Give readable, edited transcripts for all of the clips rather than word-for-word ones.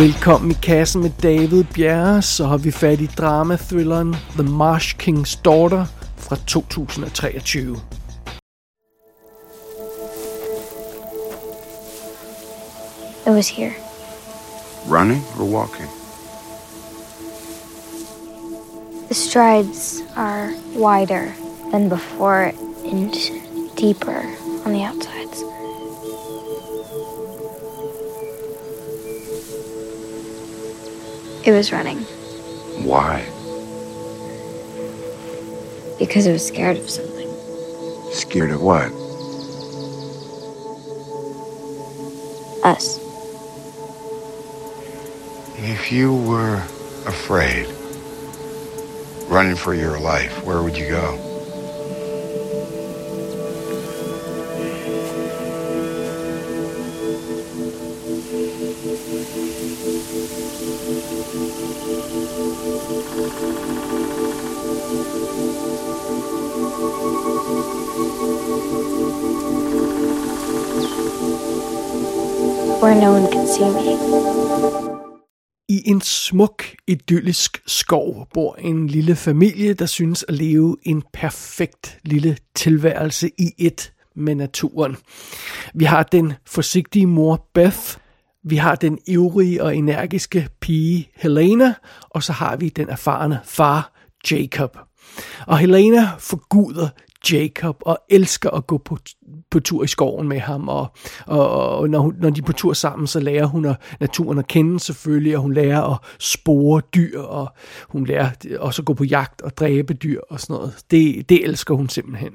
Velkommen i kassen med David Bjerre, så har vi fat i drama-thrilleren The Marsh King's Daughter fra 2023. It was here. Running or walking? The strides are wider than before and deeper on the outsides. It was running. Why? Because it was scared of something. Scared of what? Us. If you were afraid, running for your life, where would you go? Where no one can see me. I en smuk, idyllisk skov bor en lille familie, der synes at leve en perfekt lille tilværelse i et med naturen. Vi har den forsigtige mor Beth, vi har den ivrige og energiske pige Helena, og så har vi den erfarne far Jacob. Og Helena forguder Jacob og elsker at gå på tur i skoven med ham, og når de er på tur sammen, så lærer hun naturen at kende selvfølgelig, og hun lærer at spore dyr, og hun lærer også at gå på jagt og dræbe dyr og sådan noget. Det elsker hun simpelthen.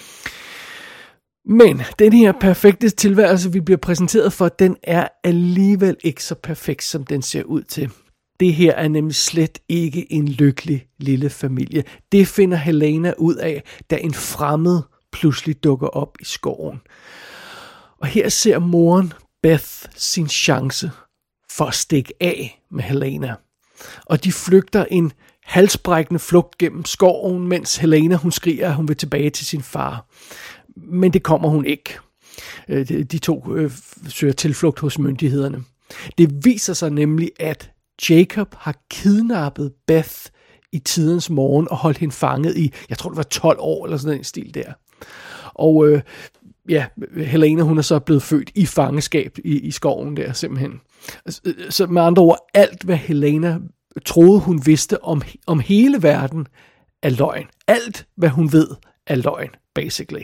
Men den her perfekte tilværelse, vi bliver præsenteret for, den er alligevel ikke så perfekt, som den ser ud til. Det her er nemlig slet ikke en lykkelig lille familie. Det finder Helena ud af, da en fremmed pludselig dukker op i skoven. Og her ser moren Beth sin chance for at stikke af med Helena. Og de flygter en halsbrækkende flugt gennem skoven, mens Helena hun skriger, at hun vil tilbage til sin far. Men det kommer hun ikke. De to søger tilflugt hos myndighederne. Det viser sig nemlig, at Jacob har kidnappet Beth i tidens morgen og holdt hende fanget i, jeg tror det var 12 år eller sådan en stil der. Og Helena hun er så blevet født i fangeskab i skoven der simpelthen. Så med andre ord, alt hvad Helena troede hun vidste om hele verden er løgn. Alt hvad hun ved er løgn, basically.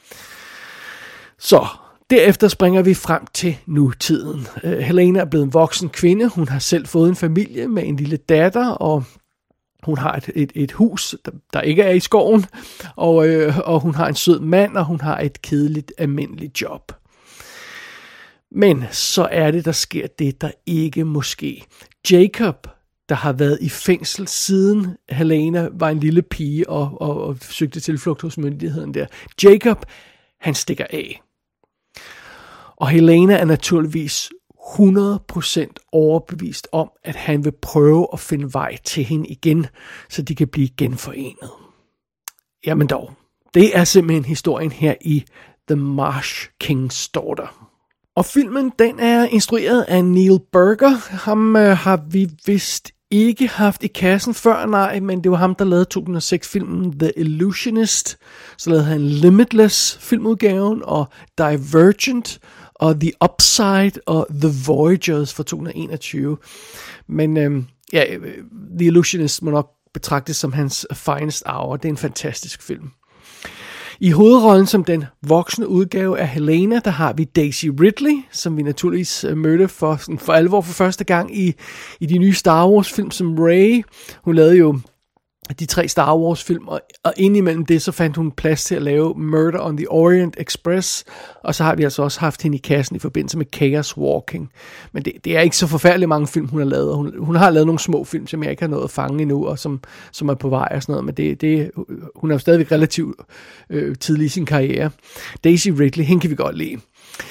Så derefter springer vi frem til nutiden. Helena er blevet en voksen kvinde. Hun har selv fået en familie med en lille datter, og hun har et hus, der ikke er i skoven, og hun har en sød mand, og hun har et kedeligt, almindeligt job. Men så er det, der sker det, der ikke må ske. Jacob, der har været i fængsel siden Helena var en lille pige og søgte tilflugt hos myndigheden der. Jacob, han stikker af. Og Helena er naturligvis 100% overbevist om, at han vil prøve at finde vej til hende igen, så de kan blive genforenet. Jamen dog, det er simpelthen historien her i The Marsh King's Daughter. Og filmen, den er instrueret af Neil Burger. Ham har vi vist ikke haft i kassen før, nej, men det var ham, der lavede 2006-filmen The Illusionist. Så lavede han Limitless filmudgaven, og Divergent, og The Upside, og The Voyagers fra 2021. Men The Illusionist må nok betragtes som hans finest hour. Det er en fantastisk film. I hovedrollen som den voksne udgave af Helena, der har vi Daisy Ridley, som vi naturligvis mødte for alvor for første gang i de nye Star Wars film som Rey. Hun lavede jo de 3 Star Wars film, og indimellem det, så fandt hun plads til at lave Murder on the Orient Express, og så har vi altså også haft hende i kassen i forbindelse med Chaos Walking. Men det er ikke så forfærdeligt mange film, hun har lavet. Hun har lavet nogle små film, som jeg ikke har nået at fange endnu, og som er på vej og sådan noget, men hun er jo stadigvæk relativt tidlig i sin karriere. Daisy Ridley, hende kan vi godt lide.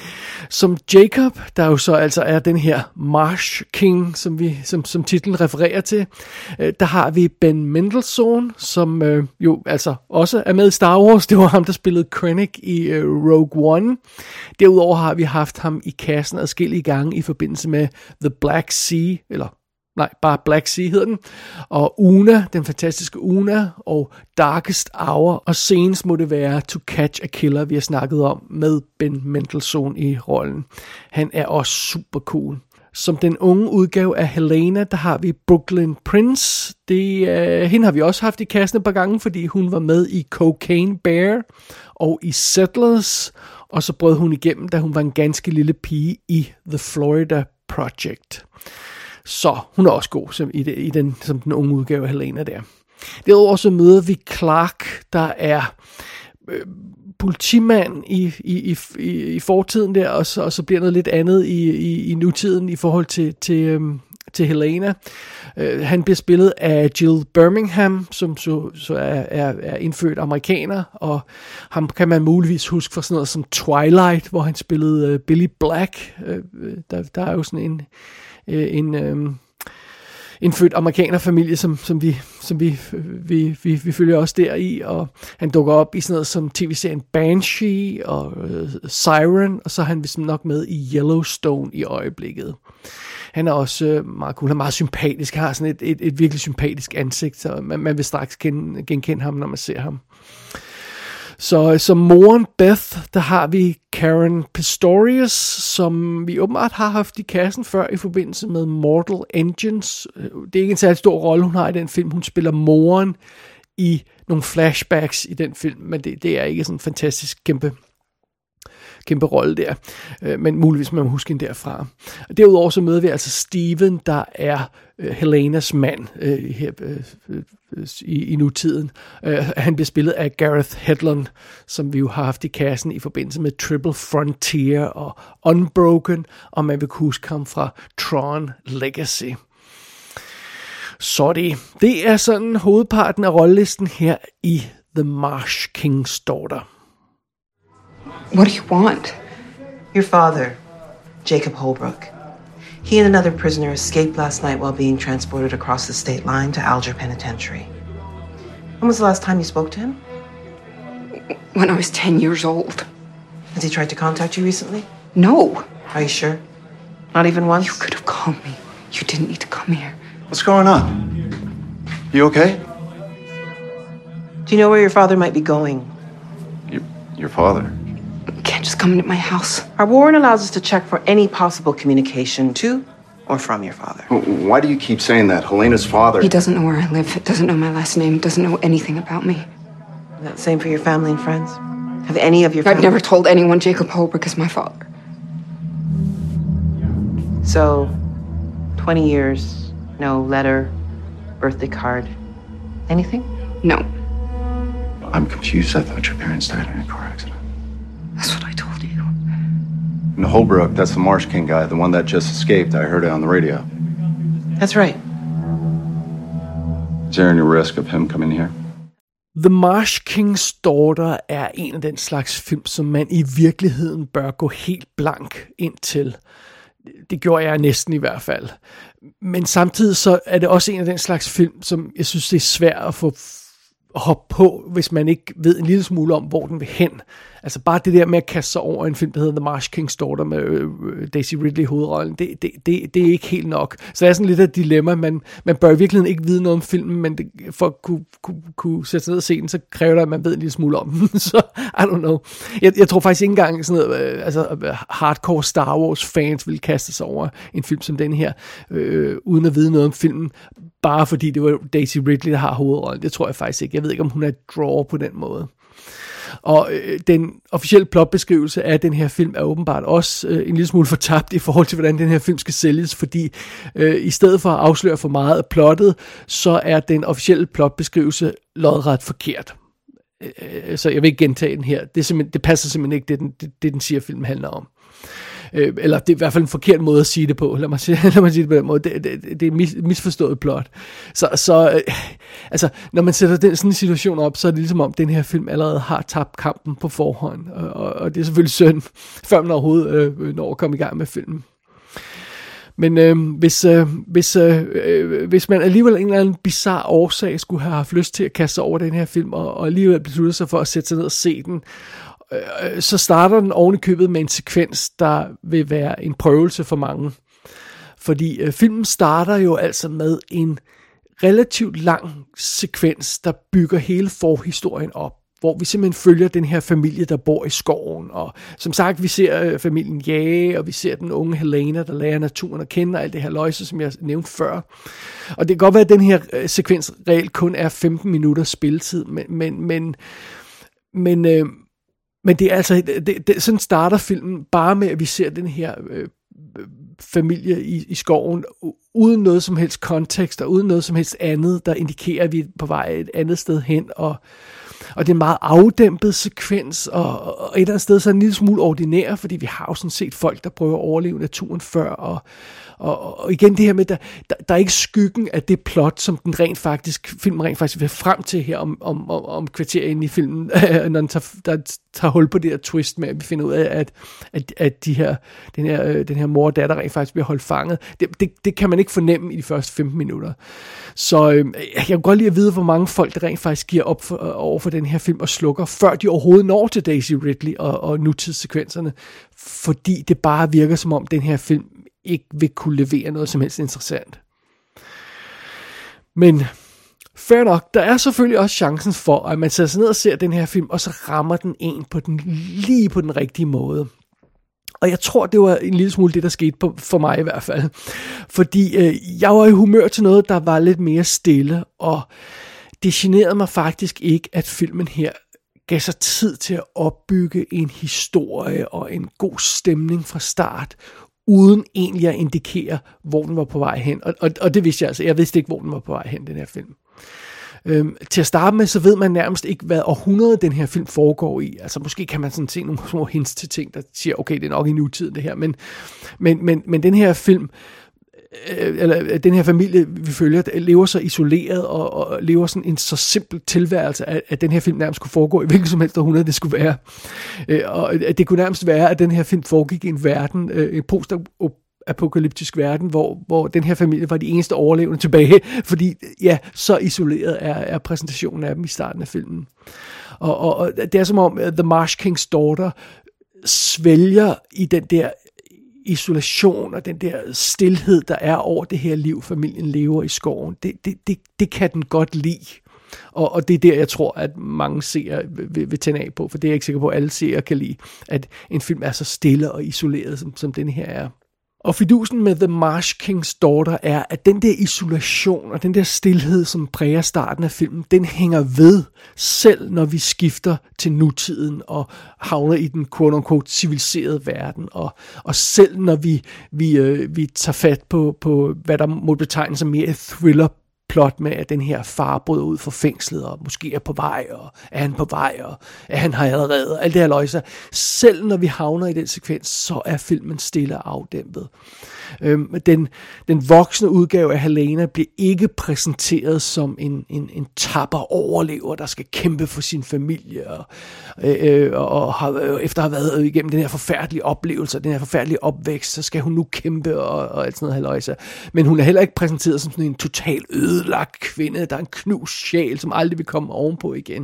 Som Jacob, der jo så altså er den her Marsh King, som titlen refererer til, der har vi Ben Mendelsohn, som jo altså også er med i Star Wars. Det var ham, der spillede Krennic i Rogue One. Derudover har vi haft ham i kassen adskillige gange i forbindelse med The Black Sea, bare Black Sea hedder den, og Una, den fantastiske Una, og Darkest Hour, og senest må det være To Catch a Killer, vi har snakket om, med Ben Mendelsohn i rollen. Han er også super cool. Som den unge udgave af Helena, der har vi Brooklyn Prince. Hende har vi også haft i kassen et par gange, fordi hun var med i Cocaine Bear og i Settlers, og så brød hun igennem, da hun var en ganske lille pige i The Florida Project. Så hun er også god som den unge udgave af Helena der. Derudover så møder vi Clark, der er politimand i fortiden der, og så bliver noget lidt andet i nutiden i forhold til Helena. Han bliver spillet af Jill Birmingham, som så er indfødt amerikaner, og ham kan man muligvis huske fra sådan noget som Twilight, hvor han spillede Billy Black. Der er jo sådan en indfødt amerikanerfamilie, som vi følger også deri, og han dukker op i sådan noget som tv-serien Banshee og Siren, og så er han vist nok med i Yellowstone i øjeblikket. Han er også meget cool, han er meget sympatisk, han har sådan et virkelig sympatisk ansigt, så man vil straks genkende ham, når man ser ham. Så som moren Beth, der har vi Karen Pistorius, som vi åbenbart har haft i kassen før i forbindelse med Mortal Engines. Det er ikke en særlig stor rolle, hun har i den film. Hun spiller moren i nogle flashbacks i den film, men det er ikke sådan en fantastisk kæmpe rolle der, men muligvis man må huske hende derfra. Derudover så møder vi altså Steven, der er Helenas mand her i nutiden. Han bliver spillet af Gareth Hedlund, som vi jo har haft i kassen i forbindelse med Triple Frontier og Unbroken, og man vil kunne huske ham fra Tron Legacy. Så det er sådan hovedparten af rollelisten her i The Marsh King's Daughter. What do you want? Your father, Jacob Holbrook. He and another prisoner escaped last night while being transported across the state line to Alger Penitentiary. When was the last time you spoke to him? When I was 10 years old. Has he tried to contact you recently? No. Are you sure? Not even once? You could have called me. You didn't need to come here. What's going on? You okay? Do you know where your father might be going? Your father? You can't just come into my house. Our warrant allows us to check for any possible communication to or from your father. Why do you keep saying that? Helena's father... He doesn't know where I live, doesn't know my last name, doesn't know anything about me. Is that the same for your family and friends? Have any of your I've never told anyone Jacob Holbrook is my father. So, 20 years, no letter, birthday card, anything? No. I'm confused. I thought your parents died in a car accident. That's what I told you. And Holbrook, that's the Marsh King guy, the one that just escaped. I heard it on the radio. That's right. Is there any risk of him coming here? The Marsh King's Daughter er en af den slags film, som man i virkeligheden bør gå helt blank ind til. Det gjorde jeg næsten i hvert fald. Men samtidig så er det også en af den slags film, som jeg synes, det er svært at få hoppe på, hvis man ikke ved en lille smule om, hvor den vil hen. Altså bare det der med at kaste sig over en film, der hedder The Marsh King's Daughter med Daisy Ridley i hovedrollen, det er ikke helt nok. Så det er sådan lidt af et dilemma. Man bør i virkeligheden ikke vide noget om filmen, men for at kunne sætte sig ned og se den, så kræver det, at man ved en lille smule om den. Så I don't know. Jeg tror faktisk ikke engang sådan noget, hardcore Star Wars fans vil kaste sig over en film som den her, uden at vide noget om filmen, bare fordi det var Daisy Ridley, der har hovedrollen. Det tror jeg faktisk ikke. Jeg ved ikke, om hun er et draw på den måde. Og den officielle plotbeskrivelse af den her film er åbenbart også en lille smule fortabt i forhold til, hvordan den her film skal sælges, fordi i stedet for at afsløre for meget af plottet, så er den officielle plotbeskrivelse lodret forkert. Så jeg vil ikke gentage den her. Det passer simpelthen ikke, det den siger, filmen handler om. Eller det er i hvert fald en forkert måde at sige det på. Lad mig sige det på den måde. Det er misforstået plot. Så altså, når man sætter sådan en situation op, så er det ligesom om, den her film allerede har tabt kampen på forhånd. Og det er selvfølgelig synd, før man overhovedet når at komme i gang med filmen. Men hvis man alligevel en eller anden bizarre årsag skulle have haft lyst til at kaste sig over den her film, og alligevel beslutte sig for at sætte sig ned og se den, så starter den oven i købet med en sekvens, der vil være en prøvelse for mange. Fordi filmen starter jo altså med en relativt lang sekvens, der bygger hele forhistorien op, hvor vi simpelthen følger den her familie, der bor i skoven. Og som sagt, vi ser familien jage, og vi ser den unge Helena, der lærer naturen at kende, og alt det her løjse, som jeg nævnte før. Og det kan godt være, at den her sekvens reelt kun er 15 minutter spilletid, men det er altså, sådan starter filmen bare med, at vi ser den her familie i skoven, uden noget som helst kontekst, og uden noget som helst andet, der indikerer, at vi er på vej et andet sted hen, og det er en meget afdæmpet sekvens, og et eller andet sted så er en lille smule ordinær, fordi vi har jo sådan set folk, der prøver at overleve naturen før, og igen det her med, der er ikke skyggen af det plot, som filmen rent faktisk vil frem til her om kvarter inde i filmen, når den tager hul på det her twist med, at vi finder ud af, at den her mor og datter rent faktisk bliver holdt fanget. Det kan man ikke fornemme i de første 15 minutter. Så jeg kan godt lide at vide, hvor mange folk, der rent faktisk giver op over for den her film og slukker, før de overhovedet når til Daisy Ridley og nutidssekvenserne, fordi det bare virker som om, den her film ikke vil kunne levere noget som helst interessant. Men fair nok, der er selvfølgelig også chancen for, at man sætter sig ned og ser den her film, og så rammer den en lige på den rigtige måde. Og jeg tror, det var en lille smule det, der skete for mig i hvert fald. Fordi jeg var i humør til noget, der var lidt mere stille, og det generede mig faktisk ikke, at filmen her gav sig tid til at opbygge en historie og en god stemning fra start, uden egentlig at indikere, hvor den var på vej hen. Og det vidste jeg altså. Jeg vidste ikke, hvor den var på vej hen, den her film. Til at starte med, så ved man nærmest ikke, hvad århundrede den her film foregår i. Altså måske kan man sådan se nogle små hints til ting, der siger, okay, det er nok i nutiden det her. Men den her film, eller den her familie, vi følger, lever så isoleret og lever sådan en så simpel tilværelse, at den her film nærmest kunne foregå i hvilket som helst århundrede det skulle være. Og det kunne nærmest være, at den her film foregik i en verden, en post-apokalyptisk verden, hvor den her familie var de eneste overlevende tilbage, fordi ja, så isoleret er præsentationen af dem i starten af filmen. Og det er som om The Marsh King's Daughter svælger i den der isolation og den der stilhed, der er over det her liv, familien lever i skoven. Det kan den godt lide. Og det er der, jeg tror, at mange seere vil tænde af på, for det er jeg ikke sikker på, at alle seere kan lide, at en film er så stille og isoleret, som den her er. Og fidusen med The Marsh King's Daughter er, at den der isolation og den der stilhed, som præger starten af filmen, den hænger ved, selv når vi skifter til nutiden og havner i den quote-unquote civiliserede verden. Og selv når vi tager fat på, hvad der må betegnes som mere et thriller-plot med, at den her far bryder ud fra fængslet, og måske er på vej, og er han på vej, og er han har allerede, og alt det her løjser. Selv når vi havner i den sekvens, så er filmen stille og afdæmpet. Den voksne udgave af Helena bliver ikke præsenteret som en tapper overlever, der skal kæmpe for sin familie, og efter at have været igennem den her forfærdelige oplevelse, den her forfærdelige opvækst, så skal hun nu kæmpe, og alt sådan noget halløjse. Men hun er heller ikke præsenteret som sådan en total ødelagt kvinde, der er en knust sjæl, som aldrig vil komme ovenpå igen.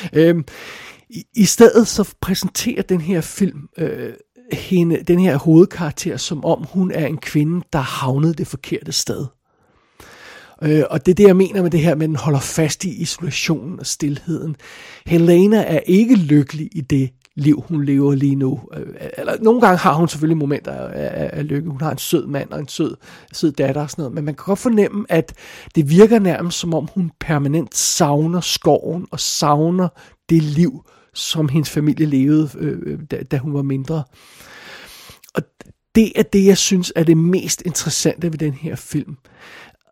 I stedet så præsenterer den her film den her hovedkarakter, som om hun er en kvinde, der havnede det forkerte sted. Og det er det, jeg mener med det her, med den holder fast i isolationen og stilheden. Helena er ikke lykkelig i det liv, hun lever lige nu. Eller nogle gange har hun selvfølgelig momenter af lykke. Hun har en sød mand og en sød datter og sådan noget, men man kan godt fornemme, at det virker nærmest som om hun permanent savner skoven og savner det liv, som hendes familie levede, da hun var mindre. Og det er det, jeg synes er det mest interessante ved den her film.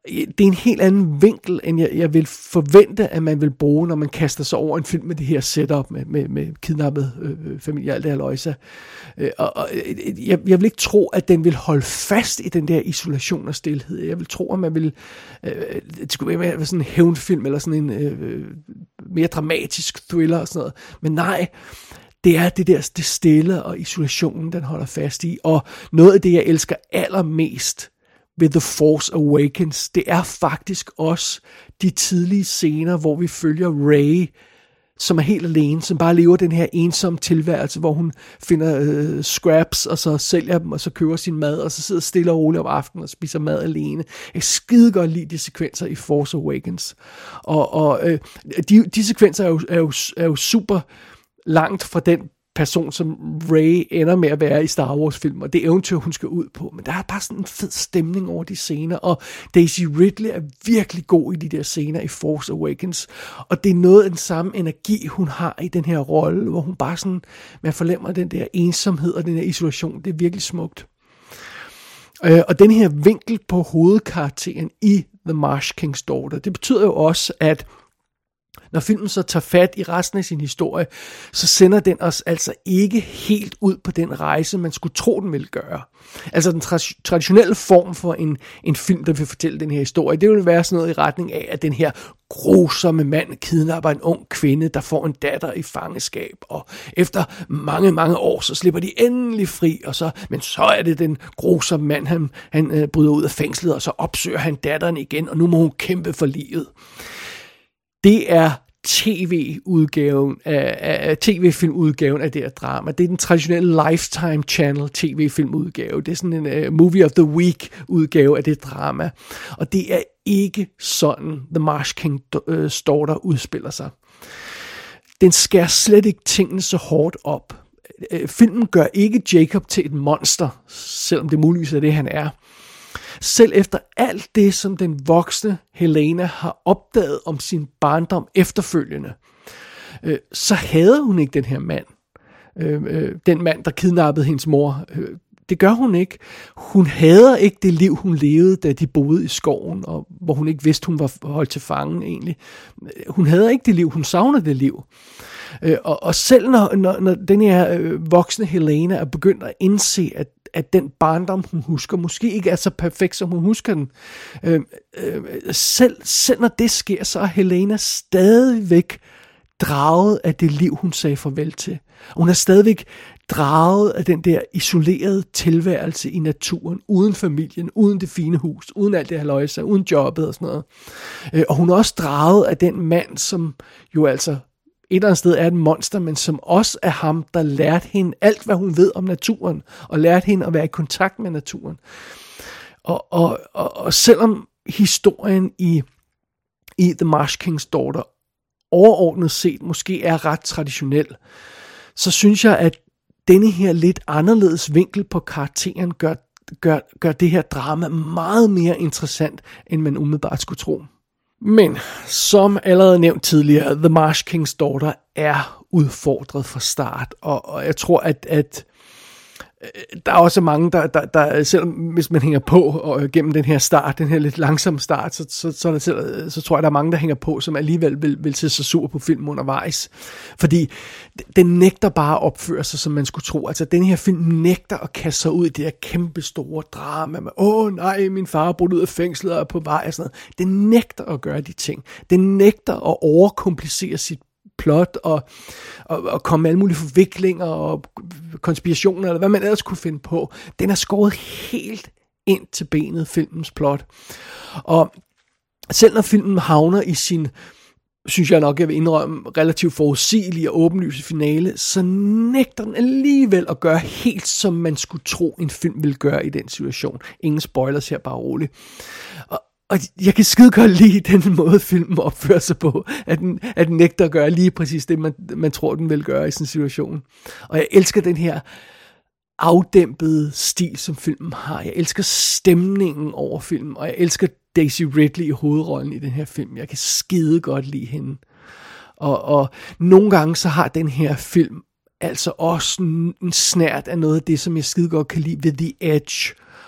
det er en helt anden vinkel, end jeg vil forvente, at man vil bruge, når man kaster sig over en film med det her setup, med kidnappet familie og alt det her løjse. Jeg vil ikke tro, at den vil holde fast i den der isolation og stilhed. Jeg vil tro, at man vil... det skulle være sådan en hævnfilm, eller sådan en mere dramatisk thriller og sådan noget. Men nej, det er det stille og isolationen, den holder fast i. Og noget af det, jeg elsker allermest ved The Force Awakens, det er faktisk også de tidlige scener, hvor vi følger Rey, som er helt alene, som bare lever den her ensomme tilværelse, hvor hun finder scraps, og så sælger dem, og så køber sin mad, og så sidder stille og roligt om aftenen og spiser mad alene. Jeg skide godt lide de sekvenser i Force Awakens. Og de sekvenser er jo super langt fra den person, som Rey ender med at være i Star Wars-film, og det eventyr, hun skal ud på. Men der er bare sådan en fed stemning over de scener, og Daisy Ridley er virkelig god i de der scener i Force Awakens, og det er noget af den samme energi, hun har i den her rolle, hvor hun bare sådan, man forlemmer den der ensomhed og den der isolation. Det er virkelig smukt. Og den her vinkel på hovedkarakteren i The Marsh King's Daughter, det betyder jo også, at når filmen så tager fat i resten af sin historie, så sender den os altså ikke helt ud på den rejse, man skulle tro, den ville gøre. Altså den traditionelle form for en film, der vil fortælle den her historie, det vil være sådan noget i retning af, at den her grusomme mand kidnapper en ung kvinde, der får en datter i fangeskab, og efter mange, mange år, så slipper de endelig fri, men så er det den grusomme mand, han bryder ud af fængslet, og så opsøger han datteren igen, og nu må hun kæmpe for livet. Det er tv-filmudgaven af det her drama. Det er den traditionelle Lifetime Channel tv-filmudgave. Det er sådan en Movie of the Week udgave af det drama. Og det er ikke sådan, The Marsh King's Daughter udspiller sig. Den skærer slet ikke tingene så hårdt op. Filmen gør ikke Jacob til et monster, selvom det muligvis er det, han er. Selv efter alt det, som den voksne Helena har opdaget om sin barndom efterfølgende, så hader hun ikke den her mand. Den mand, der kidnappede hendes mor. Det gør hun ikke. Hun hader ikke det liv, hun levede, da de boede i skoven, og hvor hun ikke vidste, hun var holdt til fange egentlig. Hun hader ikke det liv, hun savner det liv. Og selv når den her voksne Helena er begyndt at indse, at den barndom, hun husker, måske ikke er så perfekt, som hun husker den. Selv når det sker, så er Helena stadigvæk draget af det liv, hun sagde farvel til. Hun er stadigvæk draget af den der isolerede tilværelse i naturen, uden familien, uden det fine hus, uden alt det her løjse, uden jobbet og sådan noget. Og hun er også draget af den mand, som jo altså et eller andet sted er et monster, men som også er ham, der lærte hende alt, hvad hun ved om naturen, og lærte hende at være i kontakt med naturen. Og selvom historien i The Marsh King's Daughter overordnet set måske er ret traditionel, så synes jeg, at denne her lidt anderledes vinkel på karakteren gør det her drama meget mere interessant, end man umiddelbart skulle tro. Men som allerede nævnt tidligere, The Marsh King's Daughter er udfordret fra start, og jeg tror, at der er også mange, der selvom hvis man hænger på og gennem den her start, den her lidt langsomme start, så tror jeg, der er mange, der hænger på, som alligevel vil se sig sur på filmen undervejs. Fordi den nægter bare at opføre sig, som man skulle tro. Altså, den her film nægter at kaste sig ud i det her kæmpe store drama med, nej, min far er brudt ud af fængslet og er på vej og sådan noget. Den nægter at gøre de ting. Den nægter at overkomplicere sit plot og komme med alle mulige forviklinger og konspirationer, eller hvad man ellers kunne finde på. Den er skåret helt ind til benet, filmens plot. Og selv når filmen havner i sin, synes jeg nok, jeg vil indrømme, relativt forudsigelig og åbenlyse finale, så nægter den alligevel at gøre helt, som man skulle tro, en film ville gøre i den situation. Ingen spoilers her, bare roligt. Og jeg kan skide godt lide den måde, filmen opfører sig på, at den nægter at gøre lige præcis det, man tror, den vil gøre i sådan en situation. Og jeg elsker den her afdæmpede stil, som filmen har. Jeg elsker stemningen over filmen, og jeg elsker Daisy Ridley i hovedrollen i den her film. Jeg kan skide godt lide hende. Og nogle gange så har den her film altså også en snært af noget af det, som jeg skide godt kan lide ved The Edge,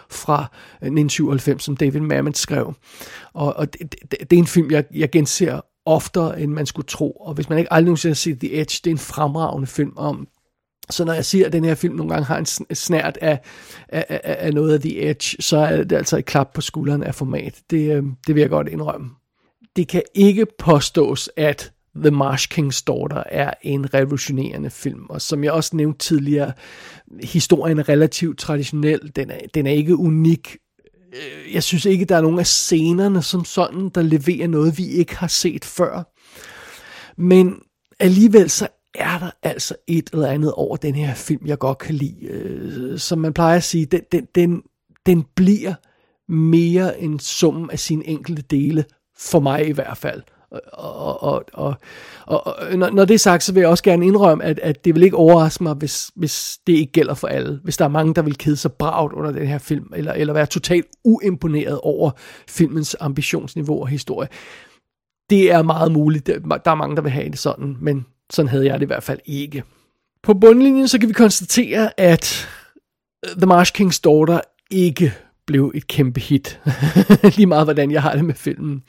fra 1997, som David Mamet skrev. Og det er en film, jeg genser oftere, end man skulle tro. Og hvis man ikke aldrig nogensinde har set The Edge, det er en fremragende film om. Så når jeg siger, at den her film nogle gange har en snert af noget af The Edge, så er det altså et klap på skulderen af format. Det vil jeg godt indrømme. Det kan ikke påstås, at The Marsh King's Daughter er en revolutionerende film, og som jeg også nævnte tidligere, historien er relativt traditionel, den er ikke unik. Jeg synes ikke, der er nogen af scenerne som sådan, der leverer noget, vi ikke har set før. Men alligevel så er der altså et eller andet over den her film, jeg godt kan lide. Som man plejer at sige, den bliver mere end summen af sine enkelte dele, for mig i hvert fald. Og når det er sagt, så vil jeg også gerne indrømme, at det vil ikke overraske mig, hvis det ikke gælder for alle. Hvis der er mange, der vil kede sig bragt under den her film, eller være totalt uimponeret over filmens ambitionsniveau og historie. Det er meget muligt. Der er mange, der vil have det sådan, men sådan havde jeg det i hvert fald ikke. På bundlinjen så kan vi konstatere, at The Marsh King's Daughter ikke blev et kæmpe hit. Lige meget hvordan jeg har det med filmen.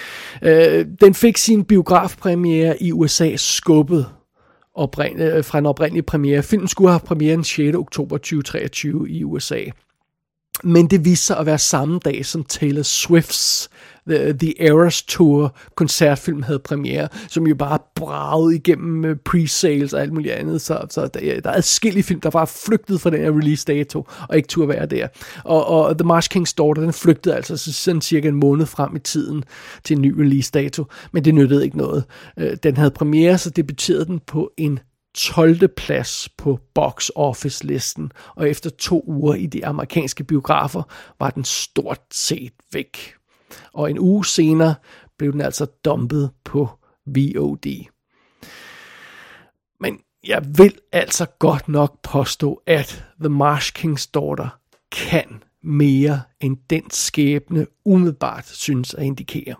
Den fik sin biografpremiere i USA skubbet fra en oprindelig premiere. Filmen skulle have premiere den 6. oktober 2023 i USA. Men det viste sig at være samme dag, som Taylor Swift's The Eras Tour koncertfilm havde premiere, som jo bare bragede igennem pre-sales og alt muligt andet. Så der er adskillige film, der bare flygtede fra den her release-dato, og ikke turde være der. Og The Marsh King's Daughter, den flygtede altså sådan cirka en måned frem i tiden til en ny release-dato, men det nyttede ikke noget. Den havde premiere, så debuterede den på en 12. plads på box office listen, og efter 2 uger i de amerikanske biografer var den stort set væk. Og en uge senere blev den altså dumpet på VOD. Men jeg vil altså godt nok påstå, at The Marsh King's Daughter kan mere end den skæbne umiddelbart synes at indikere.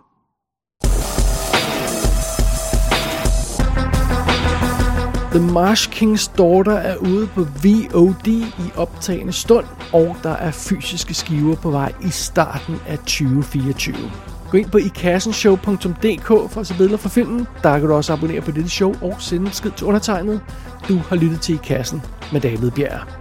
The Marsh King's Daughter er ude på VOD i optagende stund, og der er fysiske skiver på vej i starten af 2024. Gå ind på ikassenshow.dk for at se billeder fra filmen. Der kan du også abonnere på dette show og sende en skid til undertegnet. Du har lyttet til I Kassen med David Bjerg.